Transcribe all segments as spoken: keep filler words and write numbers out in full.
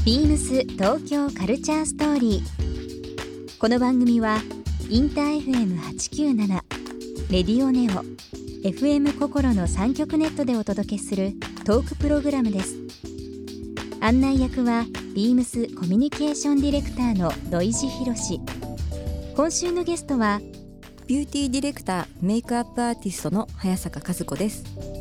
ビームス東京カルチャーストーリー。この番組はインター エフエムはちきゅうなな、レディオネオ、エフエム 心のさん局ネットでお届けするトークプログラムです。案内役はビームスコミュニケーションディレクターの土井博志。今週のゲストはビューティーディレクター、メイクアップアーティストの早坂和子です。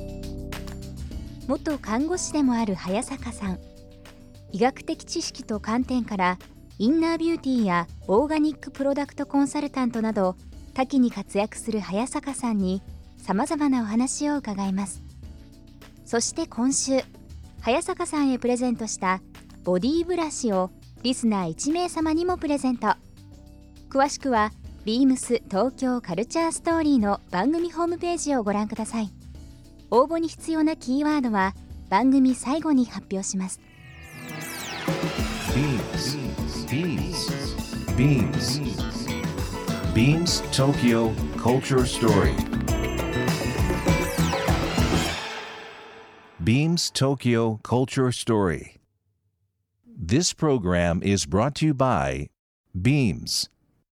元看護師でもある早坂さん。医学的知識と観点からインナービューティーやオーガニックプロダクトコンサルタントなど多岐に活躍する早坂さんにさまざまなお話を伺います。そして今週、早坂さんへプレゼントしたボディブラシをリスナーいち名様にもプレゼント。詳しくはビームス東京カルチャーストーリーの番組ホームページをご覧ください。応募に必要なキーワードは番組最後に発表します。 ビームス ビームス ビームス Tokyo Culture Story Beams Tokyo Culture Story. This program is brought to you by Beams.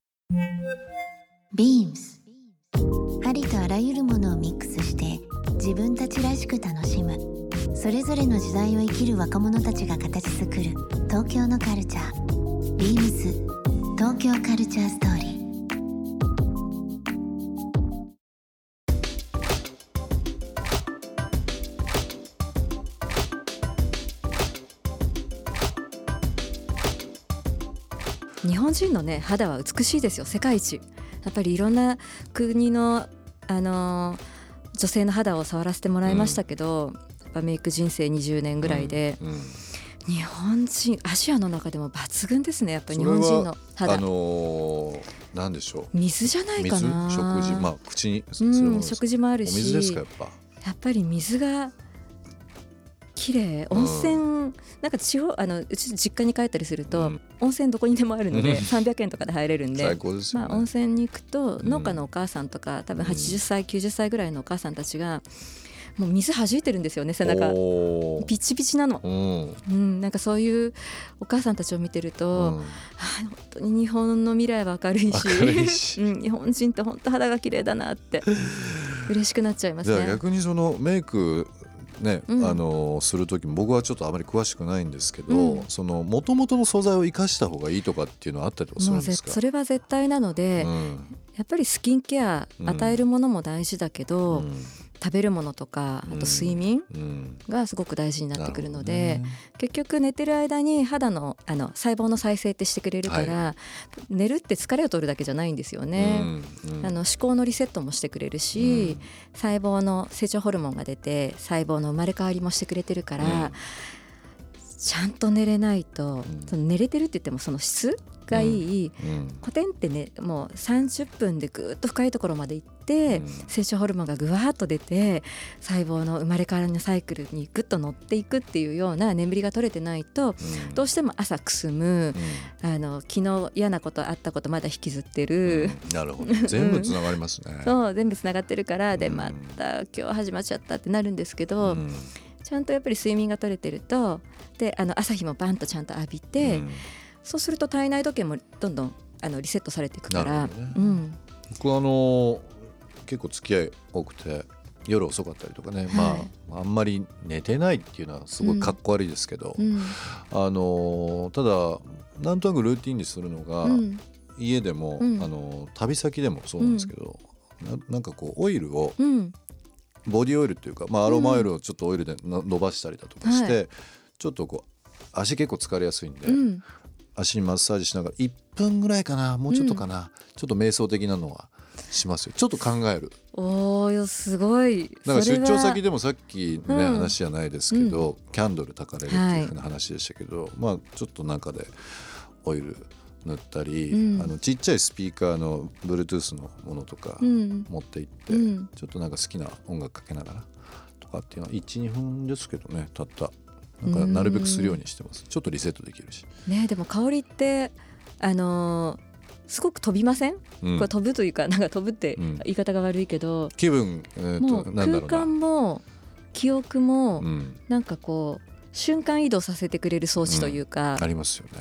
ビームス ありとあらゆるものをミックスして自分たちらしく楽しむ、それぞれの時代を生きる若者たちが形作る東京のカルチャー。ビームス東京カルチャーストーリー。 日本人のね、肌は美しいですよ、世界一。やっぱりいろんな国の、あのー、女性の肌を触らせてもらいましたけど、うん、やっぱメイク人生にじゅうねんぐらいで、うんうん、日本人、アジアの中でも抜群ですね。やっぱり日本人の肌、 あのー、なんでしょう、 水じゃないかな。 水、食事、まあ口にするもの、 うん、食事もあるし、 お水ですか。やっぱやっぱり水が綺麗。温泉、うん、なんか地方、あのうち実家に帰ったりすると、うん、温泉どこにでもあるので、うん、さんびゃくえんとかで入れるんで、 最高ですよね。 まあ、温泉に行くと農家のお母さんとか、多分はちじゅっさい、きゅうじゅっさいぐらいのお母さんたちがもう水弾いてるんですよね、背中ピチピチなの、うんうん、なんかそういうお母さんたちを見てると、うん、あ、本当に日本の未来は明るいし、 明るいしうん、日本人って本当肌が綺麗だなって嬉しくなっちゃいますね。 じゃあ逆にそのメイクね、うん、あのする時も僕はちょっとあまり詳しくないんですけど、うん、その元々の素材を生かした方がいいとかっていうのはあったりとかするんですか。 それは絶対なので、うん、やっぱりスキンケア、与えるものも大事だけど、うん、食べるものとか、あと睡眠がすごく大事になってくるので、うんね、結局寝てる間に肌 の, あの細胞の再生ってしてくれるから、はい、寝るって疲れを取るだけじゃないんですよね、うんうん、あの思考のリセットもしてくれるし、うん、細胞の成長ホルモンが出て細胞の生まれ変わりもしてくれてるから、うん、ちゃんと寝れないと、うん、その寝れてるって言ってもその質がいい、うんうん、コテンってね、もうさんじゅっぷんでぐーっと深いところまで行って、うん、成長ホルモンがぐわーっと出て細胞の生まれ変わりのサイクルにぐっと乗っていくっていうような眠りが取れてないと、うん、どうしても朝くすむ、うん、あの昨日嫌なことあったことまだ引きずってる、 うん、なるほど、全部つながりますね、 うん、そう全部つながってるから、でまた今日始まっちゃったってなるんですけど、うん、ちゃんとやっぱり睡眠が取れてると、であの朝日もバンとちゃんと浴びて、うん、そうすると体内時計もどんどんあのリセットされていくから、ね、うん、 僕はあの結構付き合い多くて夜遅かったりとかね、はい、まあ、あんまり寝てないっていうのはすごいかっこ悪いですけど、うん、あのただなんとなくルーティンにするのが、うん、家でも、うん、あの旅先でもそうなんですけど、うん、な, なんかこうオイルを、うん、ボディオイルっていうか、まあ、アロマオイルをちょっとオイルでの伸ばしたりだとかして、はい、ちょっとこう足結構疲れやすいんで、うん、足にマッサージしながらいっぷんぐらいかな、もうちょっとかな、うん、ちょっと瞑想的なのはしますよ。ちょっと考える。 おー、すごい。 なんか出張先でもさっきね、うん、話じゃないですけど、うん、キャンドル焚かれるっていう風な話でしたけど、はい、まあちょっと中でオイル塗ったり、うん、あのちっちゃいスピーカーの Bluetooth のものとか持って行って、うん、ちょっとなんか好きな音楽かけながらとかっていうのは いちにふんですけどね、たったなんかなるべくするようにしてます。ちょっとリセットできるし、 ね、でも香りってあのー、すごく飛びません、うん、これ飛ぶというか、なんか飛ぶって言い方が悪いけど、うん、 気分、えー、ともうなんだろうな、 空間も記憶も、うん、なんかこう瞬間移動させてくれる装置というか、 うん、ありますよね、 うん、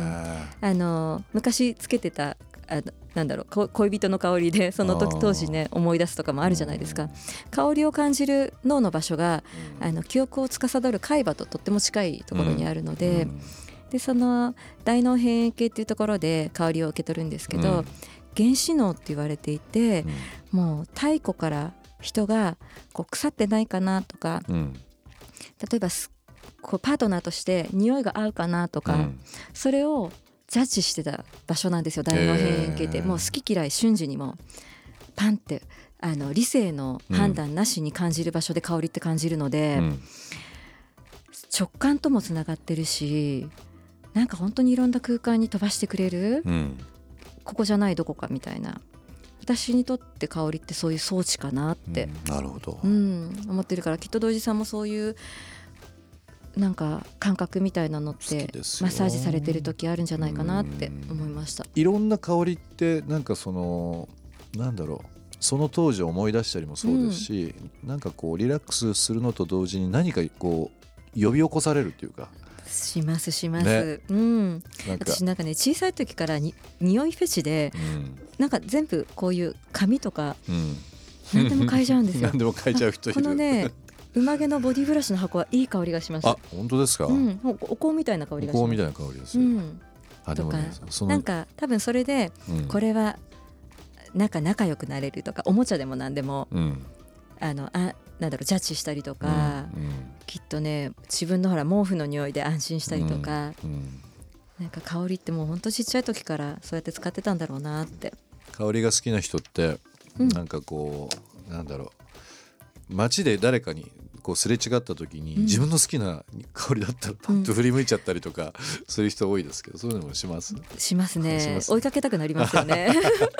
あの昔つけてたあのなんだろう恋人の香りでその時当時ね思い出すとかもあるじゃないですか。香りを感じる脳の場所が、うん、あの記憶を司る海馬ととっても近いところにあるので、うん、でその大脳辺縁系っていうところで香りを受け取るんですけど、うん、原子脳って言われていて、うん、もう太古から人がこう腐ってないかなとか、うん、例えばこうパートナーとして匂いが合うかなとか、うん、それをジャッジしてた場所なんですよ大脳辺縁系って。もう好き嫌い瞬時にもパンってあの理性の判断なしに感じる場所で香りって感じるので、うん、直感ともつながってるし、なんか本当にいろんな空間に飛ばしてくれる、うん、ここじゃないどこかみたいな。私にとって香りってそういう装置かなって、 うん、なるほど、 うん、思ってるから、きっと土井さんもそういうなんか感覚みたいなのってマッサージされてる時あるんじゃないかなって思いました。 いろんな香りってなんかそのなんだろう、その当時を思い出したりもそうですし、うん、なんかこうリラックスするのと同時に何かこう呼び起こされるっていうかしますします、ね、うん、なんか私なんかね小さい時からに匂いフェチで、うん、なんか全部こういう紙とか、うん、何でも嗅いじゃうんですよ何でも嗅いじゃう人いる。 このねうまげのボディブラシの箱はいい香りがします。 あ、本当ですか、 うん、お香みたいな香りがします。 お香みたいな香りです、うん、あでもね、 とかなんか多分それで、うん、これはなんか仲良くなれるとか、おもちゃでも何でも、うん、あのあなんだろうジャッジしたりとか、うんうん、きっとね自分のほら毛布の匂いで安心したりとか、うんうん、なんか香りってもうほんとちっちゃい時からそうやって使ってたんだろうなって。 香りが好きな人って、うん、なんかこうなんだろう、街で誰かにこうすれ違った時に、うん、自分の好きな香りだったらパッと振り向いちゃったりとか、うん、そういう人多いですけど、そういうのもします？ しますね。します。追いかけたくなりますよね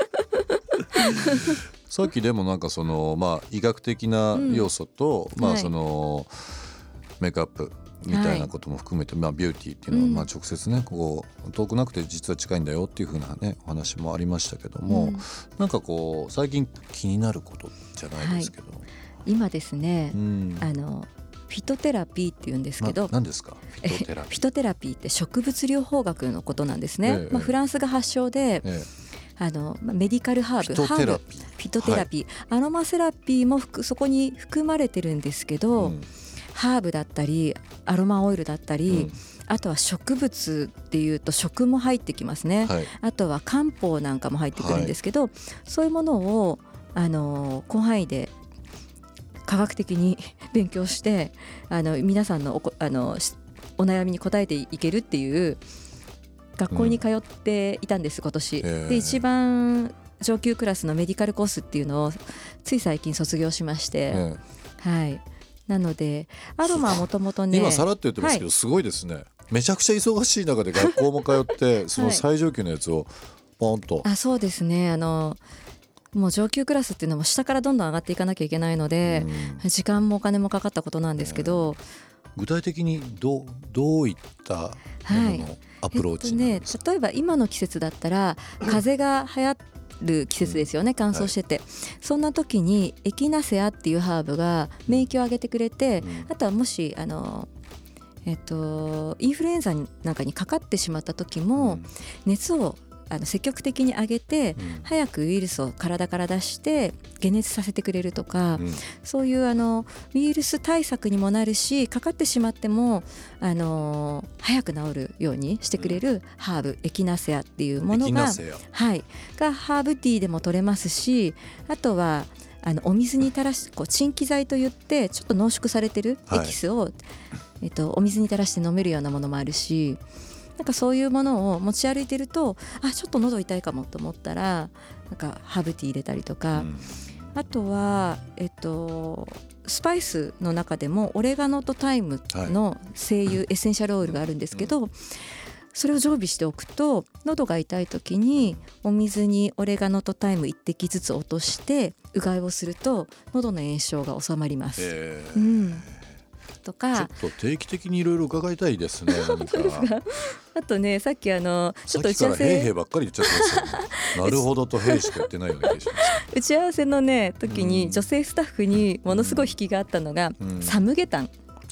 さっきでもなんかその、まあ、医学的な要素と、うん、まあその、はい、メイクアップみたいなことも含めて、はい、まあ、ビューティーっていうのは、まあ直接ねこう遠くなくて実は近いんだよっていう風なねお話もありましたけども、うん、なんかこう最近気になることじゃないですけど、はい、 今ですね、うん、あのフィトテラピーっていうんですけど、 何ですかフィトテラピー？ フィトテラピーって植物療法学のことなんですね、ええ、まあ、フランスが発祥で、ええ、あのメディカルハーブ、 フィトテラピー、 フィトテラピー、はい、アロマセラピーもそこに含まれてるんですけど、うん、ハーブだったりアロマオイルだったり、うん、あとは植物っていうと食も入ってきますね、はい、あとは漢方なんかも入ってくるんですけど、はい、そういうものをあの広範囲で科学的に勉強してあの皆さんの お, あのお悩みに答えていけるっていう学校に通っていたんです、うん、今年、えー、で一番上級クラスのメディカルコースっていうのをつい最近卒業しまして、えー、はい、なのでアロマはもともとね今さらっと言ってますけど、はい、すごいですね。めちゃくちゃ忙しい中で学校も通ってその最上級のやつをポンと、はい、 あそうですね、あのもう上級クラスっていうのも下からどんどん上がっていかなきゃいけないので、うん、時間もお金もかかったことなんですけど、 えー、具体的に ど, どういったもののアプローチなんですか？ はい、えっとね、例えば今の季節だったら風が流行る季節ですよね、乾燥してて、はい、そんな時にエキナセアっていうハーブが免疫を上げてくれて、うん、あとはもしあのえっとインフルエンザなんかにかかってしまった時も、うん、熱をあの積極的に上げて、うん、早くウイルスを体から出して解熱させてくれるとか、うん、そういうあのウイルス対策にもなるし、かかってしまってもあの早く治るようにしてくれるハーブ、うん、エキナセアっていうものが、はい、がハーブティーでも取れますし、あとはあのお水に垂らしこう鎮気剤といってちょっと濃縮されてるエキスを、はい、えっと、お水に垂らして飲めるようなものもあるし、なんかそういうものを持ち歩いてると、あちょっと喉痛いかもと思ったらなんかハーブティー入れたりとか、うん、あとは、えっと、スパイスの中でもオレガノとタイムの精油、はい、エッセンシャルオイルがあるんですけど、うん、それを常備しておくと喉が痛い時にお水にオレガノとタイムいってきずつ落としてうがいをすると喉の炎症が収まります。へー、うん、とかちょっと定期的にいろいろ伺いたいですね。何かあとね、さっきあのちょっと打ち合わせさっきからへいへいばっかり言っちゃってますよねなるほどとへいしか言ってないような気がします打ち合わせのね時に女性スタッフにものすごい引きがあったのが、うん、サムゲタン、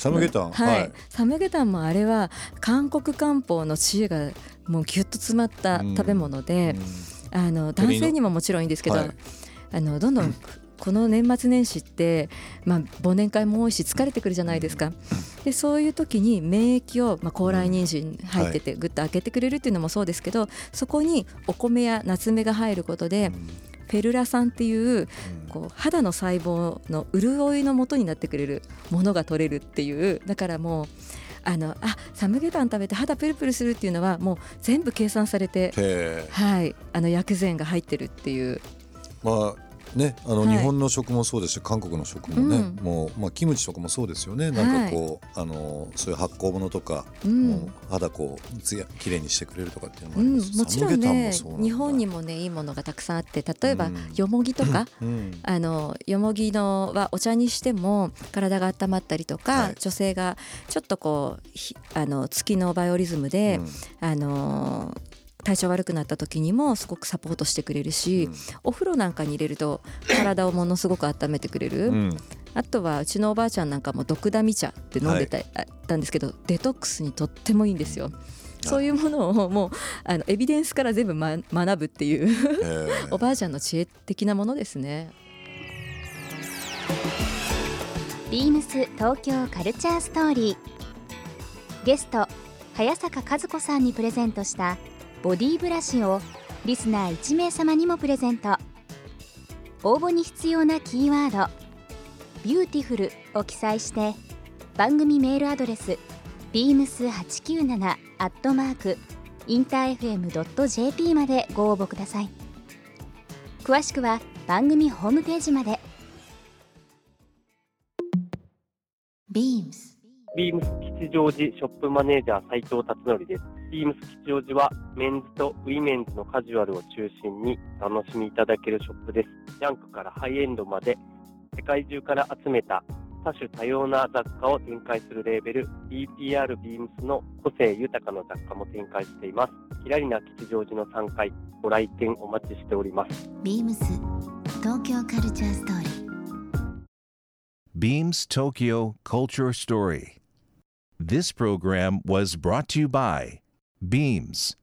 サムゲタン、 はい、 はい、 サムゲタンもあれは韓国漢方の知恵がもうギュッと詰まった食べ物で、うん、あの男性にももちろんいいんですけど、はい、あのどんどんこの年末年始って、まあ、忘年会も多いし疲れてくるじゃないですか。でそういう時に免疫を、まあ、高麗人参入っててグッと開けてくれるっていうのもそうですけど、そこにお米やナツメが入ることでフェルラ酸っていう、こう肌の細胞の潤いの元になってくれるものが取れるっていう。だからもうあのあサムゲタン食べて肌プルプルするっていうのはもう全部計算されて、はい、あの薬膳が入ってるっていう。 まあね、あの日本の食もそうですし、韓国の食もね、うん、もう、まあ、キムチとかもそうですよね。なんかこう、はい、あのそういう発酵物とか、うん、もう肌こうつやきれいにしてくれるとかっていうのもあります、うん、 もちろんね日本にもねいいものがたくさんあって、例えば、うん、よもぎとか、うん、あのよもぎのはお茶にしても体が温まったりとか、はい、女性がちょっとこうあの月のバイオリズムで、うん、あの体調悪くなった時にもすごくサポートしてくれるし、うん、お風呂なんかに入れると体をものすごく温めてくれる、うん、あとはうちのおばあちゃんなんかもドクダミ茶って飲んでた、はい、たんですけどデトックスにとってもいいんですよ。そういうものをもうあのエビデンスから全部、ま、学ぶっていうおばあちゃんの知恵的なものですね。 ビームス東京カルチャーストーリー、ゲスト早坂和子さんにプレゼントしたボディブラシをリスナーいち名様にもプレゼント。応募に必要なキーワードビューティフルを記載して番組メールアドレス ビームスはちきゅうなな アットマーク インターエフエム ドット ジェーピー までご応募ください。詳しくは番組ホームページまで。 ビームスビームス吉祥寺ショップマネージャー斉藤達則です。ビームス吉祥寺はメンズとウィメンズのカジュアルを中心に楽しみいただけるショップです。ジャンクからハイエンドまで世界中から集めた多種多様な雑貨を展開するレーベル ビーピーアール ビームスの個性豊かな雑貨も展開しています。キラリな吉祥寺のさんかいご来店お待ちしております。 ビームス東京カルチャーストーリー Beams Tokyo Culture Story. This program was brought to you by Beams.